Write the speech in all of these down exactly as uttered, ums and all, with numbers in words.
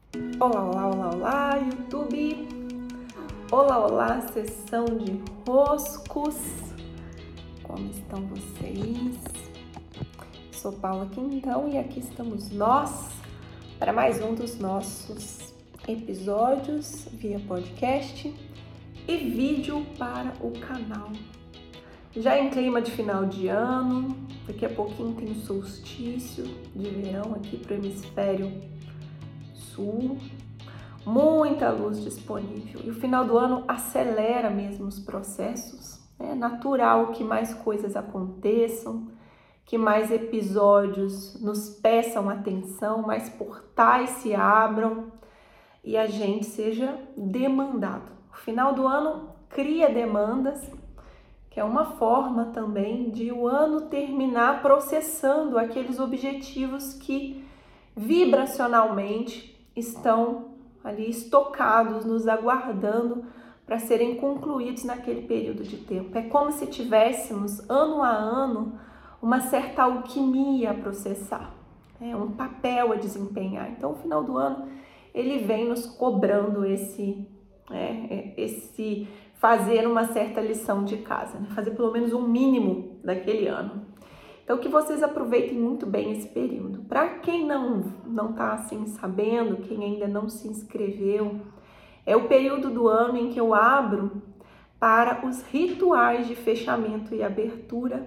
Olá, olá, olá, olá, YouTube! Olá, olá, sessão de roscos! Como estão vocês? Sou Paula Quintão e aqui estamos nós para mais um dos nossos episódios via podcast e vídeo para o canal. Já em clima de final de ano, daqui a pouquinho tem o solstício de verão aqui para o hemisfério sul, muita luz disponível e o final do ano acelera mesmo os processos. É natural que mais coisas aconteçam, que mais episódios nos peçam atenção, mais portais se abram e a gente seja demandado. O final do ano cria demandas, que é uma forma também de o ano terminar processando aqueles objetivos que vibracionalmente estão ali estocados, nos aguardando para serem concluídos naquele período de tempo. É como se tivéssemos, ano a ano, uma certa alquimia a processar, é um papel a desempenhar. Então, o final do ano, ele vem nos cobrando esse, é, esse fazer uma certa lição de casa, né? Fazer pelo menos um mínimo daquele ano. Então, que vocês aproveitem muito bem esse período. Para quem não não está assim sabendo, quem ainda não se inscreveu, é o período do ano em que eu abro para os rituais de fechamento e abertura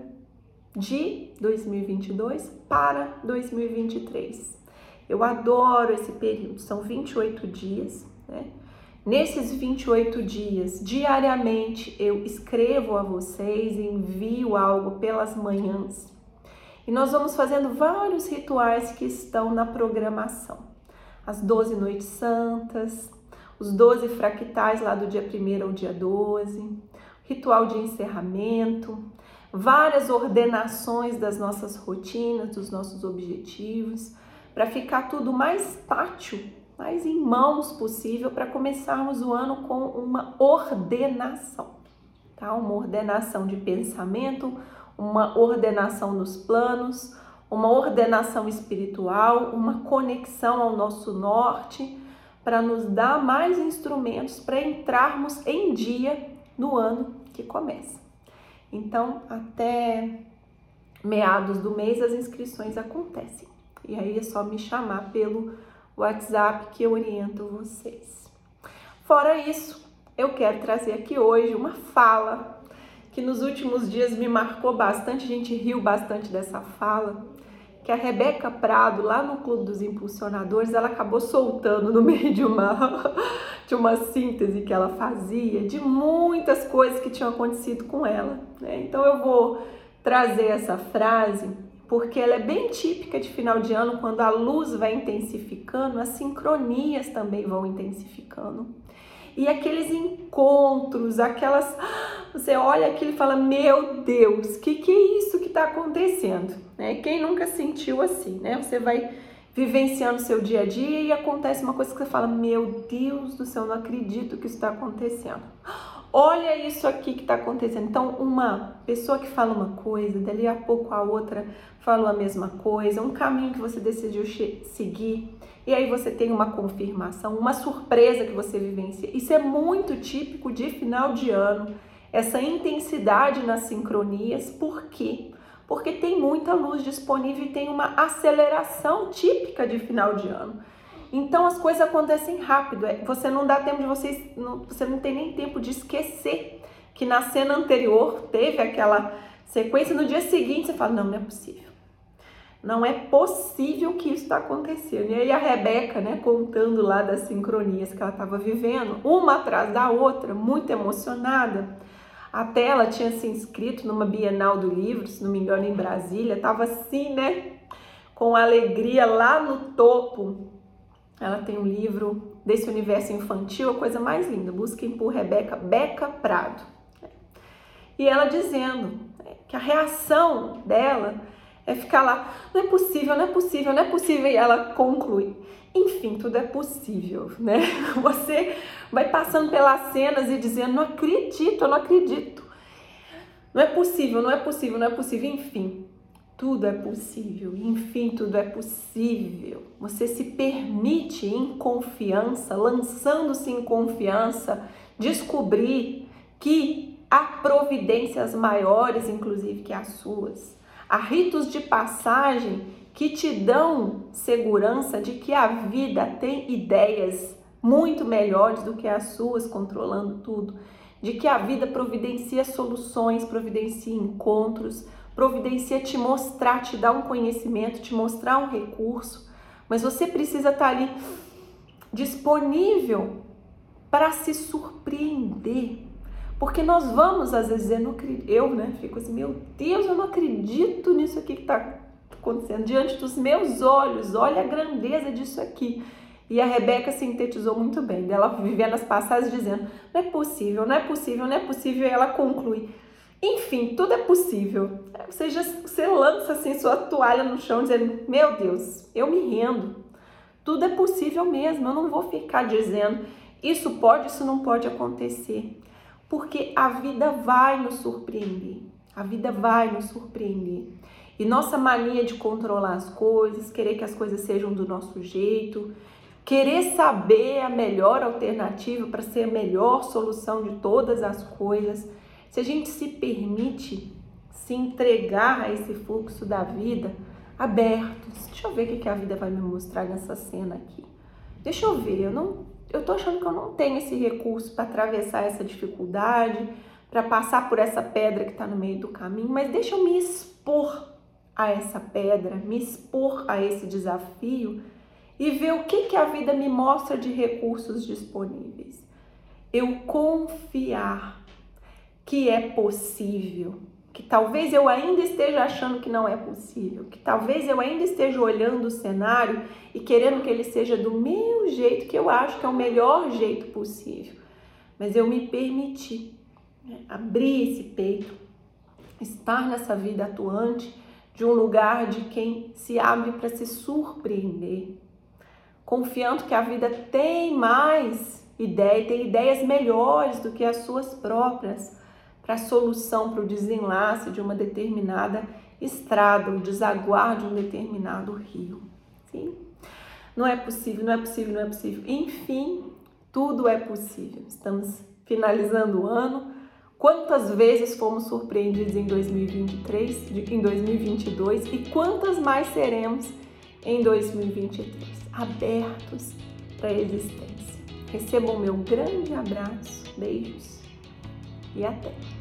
de dois mil e vinte e dois para dois mil e vinte e três. Eu adoro esse período, são vinte e oito dias, né? Nesses vinte e oito dias, diariamente, eu escrevo a vocês, envio algo pelas manhãs. E nós vamos fazendo vários rituais que estão na programação. As doze noites santas, os doze fractais lá do dia primeiro ao dia doze, ritual de encerramento, várias ordenações das nossas rotinas, dos nossos objetivos, para ficar tudo mais tátil, mais em mãos possível, para começarmos o ano com uma ordenação, tá? Uma ordenação de pensamento, uma ordenação nos planos, uma ordenação espiritual, uma conexão ao nosso norte, para nos dar mais instrumentos para entrarmos em dia no ano que começa. Então, até meados do mês as inscrições acontecem. E aí é só me chamar pelo WhatsApp que eu oriento vocês. Fora isso, eu quero trazer aqui hoje uma fala que nos últimos dias me marcou bastante, a gente riu bastante dessa fala, que a Rebeca Prado, lá no Clube dos Impulsionadores, ela acabou soltando no meio de uma, de uma síntese que ela fazia, de muitas coisas que tinham acontecido com ela, né? Então eu vou trazer essa frase, porque ela é bem típica de final de ano, quando a luz vai intensificando, as sincronias também vão intensificando. E aqueles encontros, aquelas... Você olha aquilo e fala, meu Deus, o que, que é isso que está acontecendo? Né? Quem nunca sentiu assim, né? Você vai vivenciando o seu dia a dia e acontece uma coisa que você fala, meu Deus do céu, não acredito que isso está acontecendo. Olha isso aqui que está acontecendo. Então, uma pessoa que fala uma coisa, dali a pouco a outra falou a mesma coisa, um caminho que você decidiu seguir, e aí você tem uma confirmação, uma surpresa que você vivencia. Isso é muito típico de final de ano, essa intensidade nas sincronias. Por quê? Porque tem muita luz disponível e tem uma aceleração típica de final de ano. Então as coisas acontecem rápido, você não dá tempo de vocês, não, você não tem nem tempo de esquecer que na cena anterior teve aquela sequência, no dia seguinte você fala, não, não é possível. Não é possível que isso está acontecendo. E aí a Rebeca, né, contando lá das sincronias que ela estava vivendo, uma atrás da outra, muito emocionada. Até ela tinha se inscrito numa Bienal do Livro, se não me engano, em Brasília, estava assim, né, com alegria lá no topo. Ela tem um livro desse universo infantil, a coisa mais linda. Busquem por Rebeca Beca Prado. E ela dizendo que a reação dela é ficar lá, não é possível, não é possível, não é possível. E ela conclui, enfim, tudo é possível, né? Você vai passando pelas cenas e dizendo, não acredito, eu não acredito. Não é possível, não é possível, não é possível, enfim. tudo é possível, enfim, tudo é possível. Você se permite em confiança, lançando-se em confiança, descobrir que há providências maiores, inclusive, que as suas. Há ritos de passagem que te dão segurança de que a vida tem ideias muito melhores do que as suas, controlando tudo. De que a vida providencia soluções, providencia encontros, providencia te mostrar, te dar um conhecimento, te mostrar um recurso, mas você precisa estar ali disponível para se surpreender, porque nós vamos às vezes dizer, não, eu né, fico assim, meu Deus, eu não acredito nisso aqui que está acontecendo diante dos meus olhos, olha a grandeza disso aqui. E a Rebeca sintetizou muito bem, dela vivendo as passagens dizendo, não é possível, não é possível, não é possível, e ela conclui, enfim, tudo é possível. Você, já, você lança assim sua toalha no chão dizendo, meu Deus, eu me rendo. Tudo é possível mesmo, eu não vou ficar dizendo, isso pode, isso não pode acontecer. Porque a vida vai nos surpreender, a vida vai nos surpreender. E nossa mania de controlar as coisas, querer que as coisas sejam do nosso jeito, querer saber a melhor alternativa para ser a melhor solução de todas as coisas, se a gente se permite se entregar a esse fluxo da vida abertos, deixa eu ver o que a vida vai me mostrar nessa cena aqui. Deixa eu ver, eu não, eu tô achando que eu não tenho esse recurso para atravessar essa dificuldade, para passar por essa pedra que está no meio do caminho, mas deixa eu me expor a essa pedra, me expor a esse desafio e ver o que, que a vida me mostra de recursos disponíveis. Eu confiar que é possível, que talvez eu ainda esteja achando que não é possível, que talvez eu ainda esteja olhando o cenário e querendo que ele seja do meu jeito, que eu acho que é o melhor jeito possível. Mas eu me permiti, né, abrir esse peito, estar nessa vida atuante de um lugar de quem se abre para se surpreender, confiando que a vida tem mais ideia, tem ideias melhores do que as suas próprias, para a solução, para o desenlace de uma determinada estrada, o desaguar de um determinado rio. Sim? Não é possível, não é possível, não é possível. Enfim, tudo é possível. Estamos finalizando o ano. Quantas vezes fomos surpreendidos em dois mil e vinte e três, em dois mil e vinte e dois e quantas mais seremos em dois mil e vinte e três? Abertos para a existência. Recebam o meu grande abraço, beijos e até!